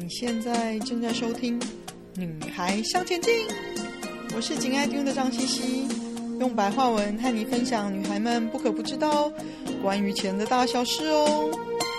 现在正在收听《女孩向前进》，我是紧爱听的张茜茜，用白话文和你分享女孩们不可不知道关于钱的大小事哦。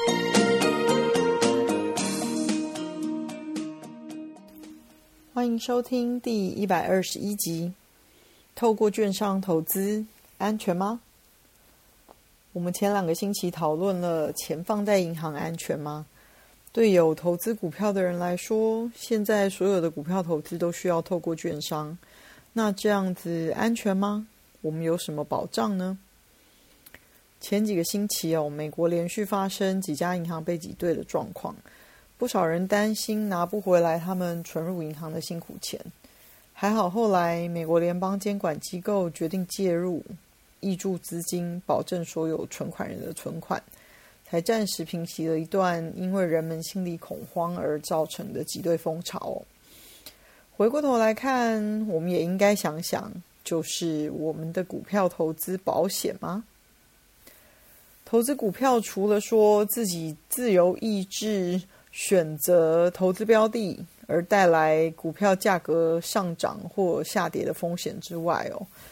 欢迎收听第121集。透过券商投资安全吗？我们前2个星期讨论了钱放在银行安全吗？对有投资股票的人来说，现在所有的股票投资都需要透过券商，那这样子安全吗？我们有什么保障呢？前几个星期美国连续发生几家银行被挤兑的状况，不少人担心拿不回来他们存入银行的辛苦钱。还好后来美国联邦监管机构决定介入，挹注资金，保证所有存款人的存款，才暂时平息了一段因为人们心理恐慌而造成的挤兑风潮。回过头来看，我们也应该想想，就是我们的股票投资保险吗？投资股票除了说自己自由意志选择投资标的而带来股票价格上涨或下跌的风险之外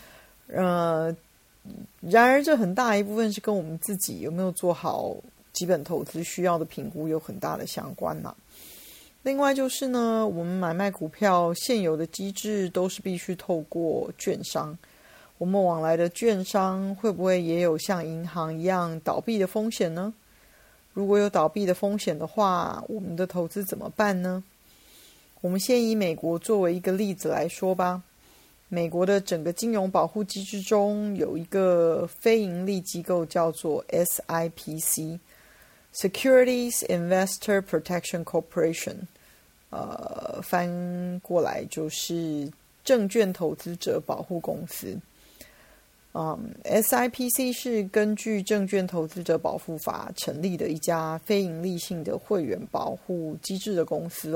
然而这很大一部分是跟我们自己有没有做好基本投资需要的评估有很大的相关嘛。另外就是呢，我们买卖股票现有的机制都是必须透过券商，我们往来的券商会不会也有像银行一样倒闭的风险呢？如果有倒闭的风险的话，我们的投资怎么办呢？我们先以美国作为一个例子来说吧。美国的整个金融保护机制中有一个非盈利机构叫做 SIPC Securities Investor Protection Corporation， 翻过来就是证券投资者保护公司。SIPC 是根据证券投资者保护法成立的一家非盈利性的会员保护机制的公司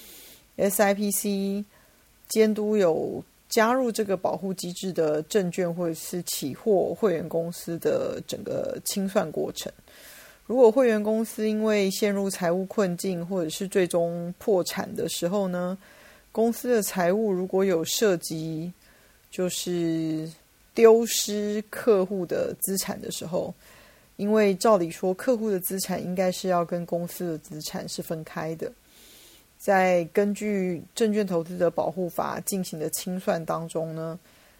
SIPC 监督有加入这个保护机制的证券或者是期货会员公司的整个清算过程。如果会员公司因为陷入财务困境或者是最终破产的时候呢，公司的财务如果有涉及就是丢失客户的资产的时候，因为照理说客户的资产应该是要跟公司的资产是分开的，在根据证券投资者保护法进行的清算当中呢，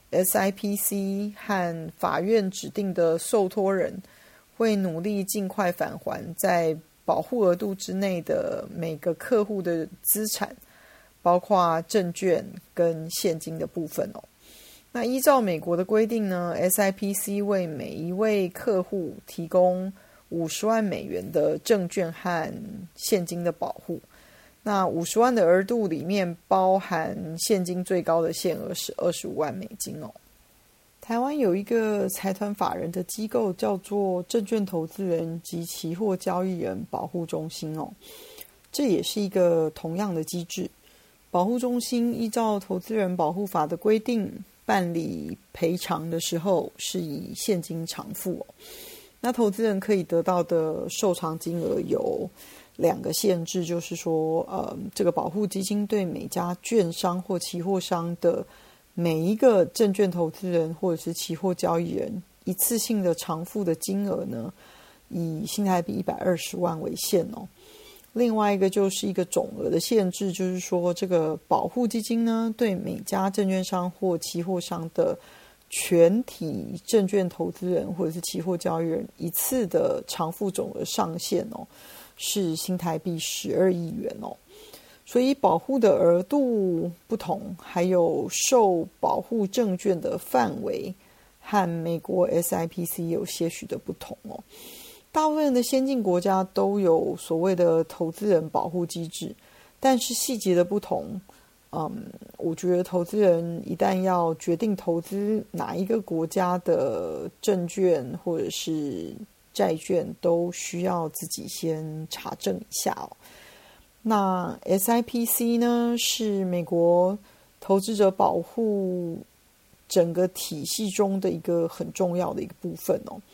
SIPC 和法院指定的受托人会努力尽快返还在保护额度之内的每个客户的资产，包括证券跟现金的部分那依照美国的规定呢， SIPC 为每一位客户提供50万美元的证券和现金的保护。那50万的额度里面包含现金最高的限额是25万美金台湾有一个财团法人的机构叫做证券投资人及期货交易人保护中心这也是一个同样的机制。保护中心依照投资人保护法的规定，办理赔偿的时候是以现金偿付那投资人可以得到的受偿金额有2个限制，就是说这个保护基金对每家券商或期货商的每一个证券投资人或者是期货交易人一次性的偿付的金额呢，以新台币120万为限另外一个就是一个总额的限制，就是说这个保护基金呢，对每家证券商或期货商的全体证券投资人或者是期货交易人一次的偿付总额上限是新台币12亿元所以保护的额度不同，还有受保护证券的范围和美国 SIPC 有些许的不同大部分的先进国家都有所谓的投资人保护机制，但是细节的不同我觉得投资人一旦要决定投资哪一个国家的证券或者是债券，都需要自己先查证一下那 SIPC 呢，是美国投资者保护整个体系中的一个很重要的一个部分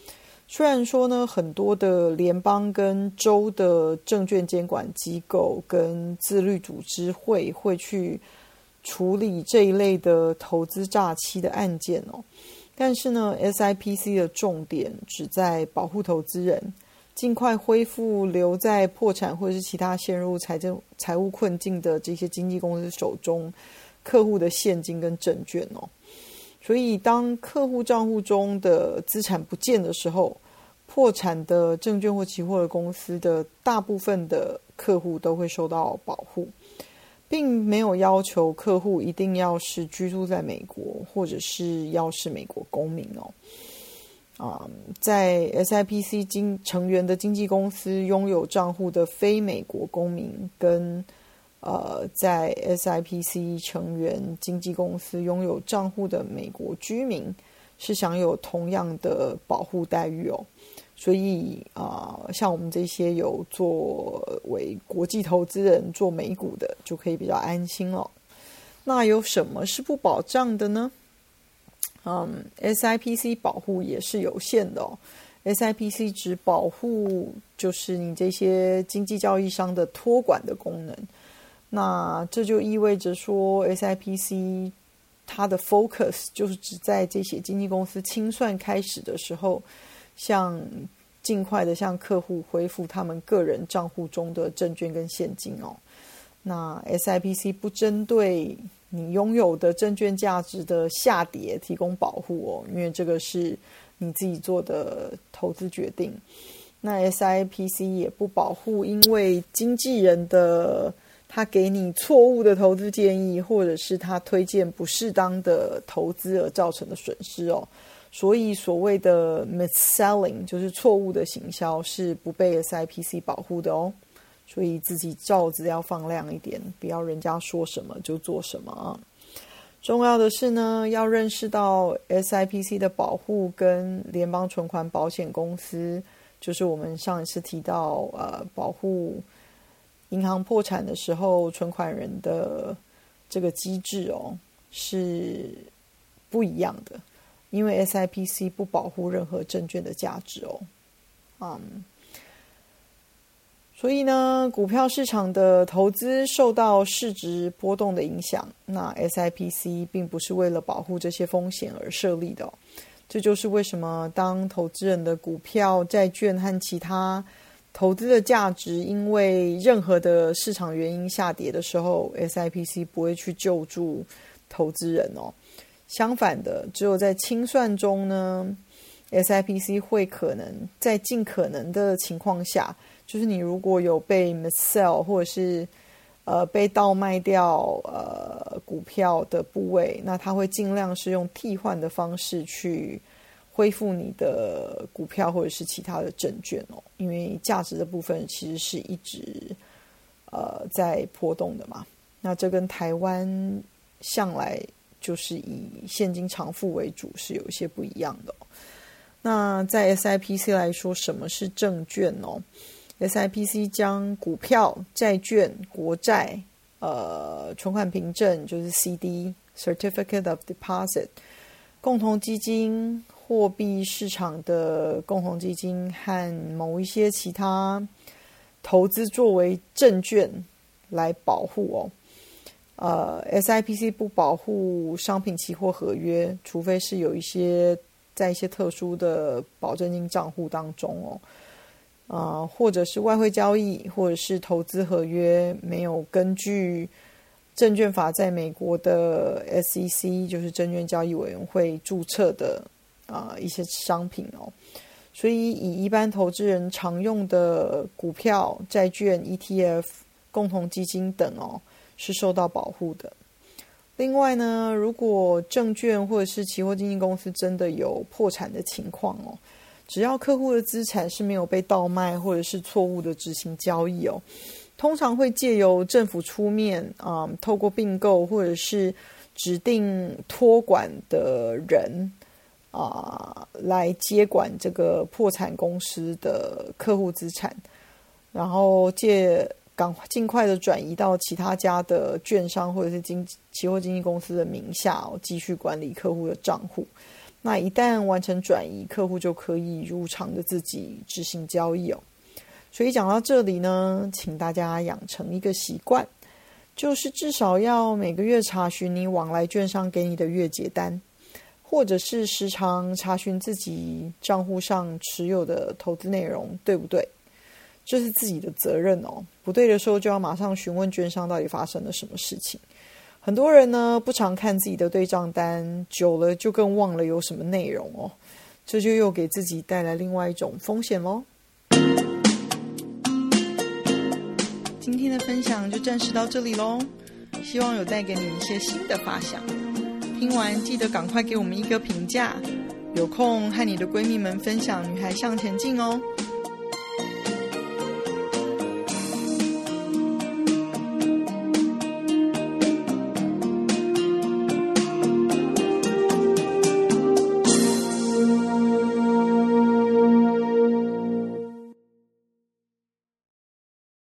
虽然说呢，很多的联邦跟州的证券监管机构跟自律组织会去处理这一类的投资诈欺的案件哦，但是呢 SIPC 的重点只在保护投资人，尽快恢复留在破产或者是其他陷入财务困境的这些经纪公司手中客户的现金跟证券哦。所以当客户账户中的资产不见的时候，破产的证券或期货的公司的大部分的客户都会受到保护，并没有要求客户一定要是居住在美国或者是要是美国公民哦。在 SIPC 成员的经纪公司拥有账户的非美国公民跟在 SIPC 成员经纪公司拥有账户的美国居民是享有同样的保护待遇哦。所以像我们这些有作为国际投资人做美股的，就可以比较安心了。那有什么是不保障的呢？SIPC 保护也是有限的哦。SIPC 只保护就是你这些经纪交易商的托管的功能。那这就意味着说 SIPC 它的 focus 就是只在这些经纪公司清算开始的时候，尽快的向客户恢复他们个人账户中的证券跟现金哦。那 SIPC 不针对你拥有的证券价值的下跌提供保护哦，因为这个是你自己做的投资决定。那 SIPC 也不保护因为经纪人的他给你错误的投资建议，或者是他推荐不适当的投资而造成的损失哦。所以所谓的 mis-selling 就是错误的行销是不被 SIPC 保护的哦。所以自己罩子要放亮一点，不要人家说什么就做什么啊。重要的是呢，要认识到 SIPC 的保护跟联邦存款保险公司，就是我们上一次提到保护银行破产的时候存款人的这个机制哦，是不一样的。因为 SIPC 不保护任何证券的价值哦。所以呢，股票市场的投资受到市值波动的影响，那 SIPC 并不是为了保护这些风险而设立的哦。这就是为什么当投资人的股票、债券和其他投资的价值因为任何的市场原因下跌的时候， SIPC 不会去救助投资人哦。相反的，只有在清算中呢， SIPC 会可能在尽可能的情况下，就是你如果有被 mis-sell 或者是被倒卖掉股票的部位，那它会尽量是用替换的方式去恢复你的股票或者是其他的证券哦，因为价值的部分其实是一直在波动的嘛。那这跟台湾向来就是以现金偿付为主，是有一些不一样的哦。那在 SIPC 来说，什么是证券哦？SIPC 将股票、债券、国债、存款凭证就是 CD（Certificate of Deposit）、共同基金、货币市场的共同基金和某一些其他投资作为证券来保护哦。SIPC 不保护商品期货合约，除非是有在一些特殊的保证金账户当中哦。或者是外汇交易，或者是投资合约没有根据证券法在美国的 SEC 就是证券交易委员会注册的一些商品哦。所以以一般投资人常用的股票、债券、ETF、共同基金等哦，是受到保护的。另外呢，如果证券或者是期货经纪公司真的有破产的情况哦，只要客户的资产是没有被倒卖或者是错误的执行交易哦，通常会借由政府出面透过并购或者是指定托管的人来接管这个破产公司的客户资产，然后尽快的转移到其他家的券商或者是期货经纪公司的名下继续管理客户的账户。 那一旦完成转移，客户就可以如常的自己执行交易哦。所以讲到这里呢，请大家养成一个习惯，就是至少要每个月查询你往来券商给你的月结单，或者是时常查询自己账户上持有的投资内容对不对，这是自己的责任哦。不对的时候就要马上询问券商到底发生了什么事情。很多人呢不常看自己的对账单，久了就更忘了有什么内容哦，这就又给自己带来另外一种风险咯。今天的分享就暂时到这里咯，希望有带给你一些新的发想。听完记得赶快给我们一个评价，有空和你的闺蜜们分享《女孩向前进》哦。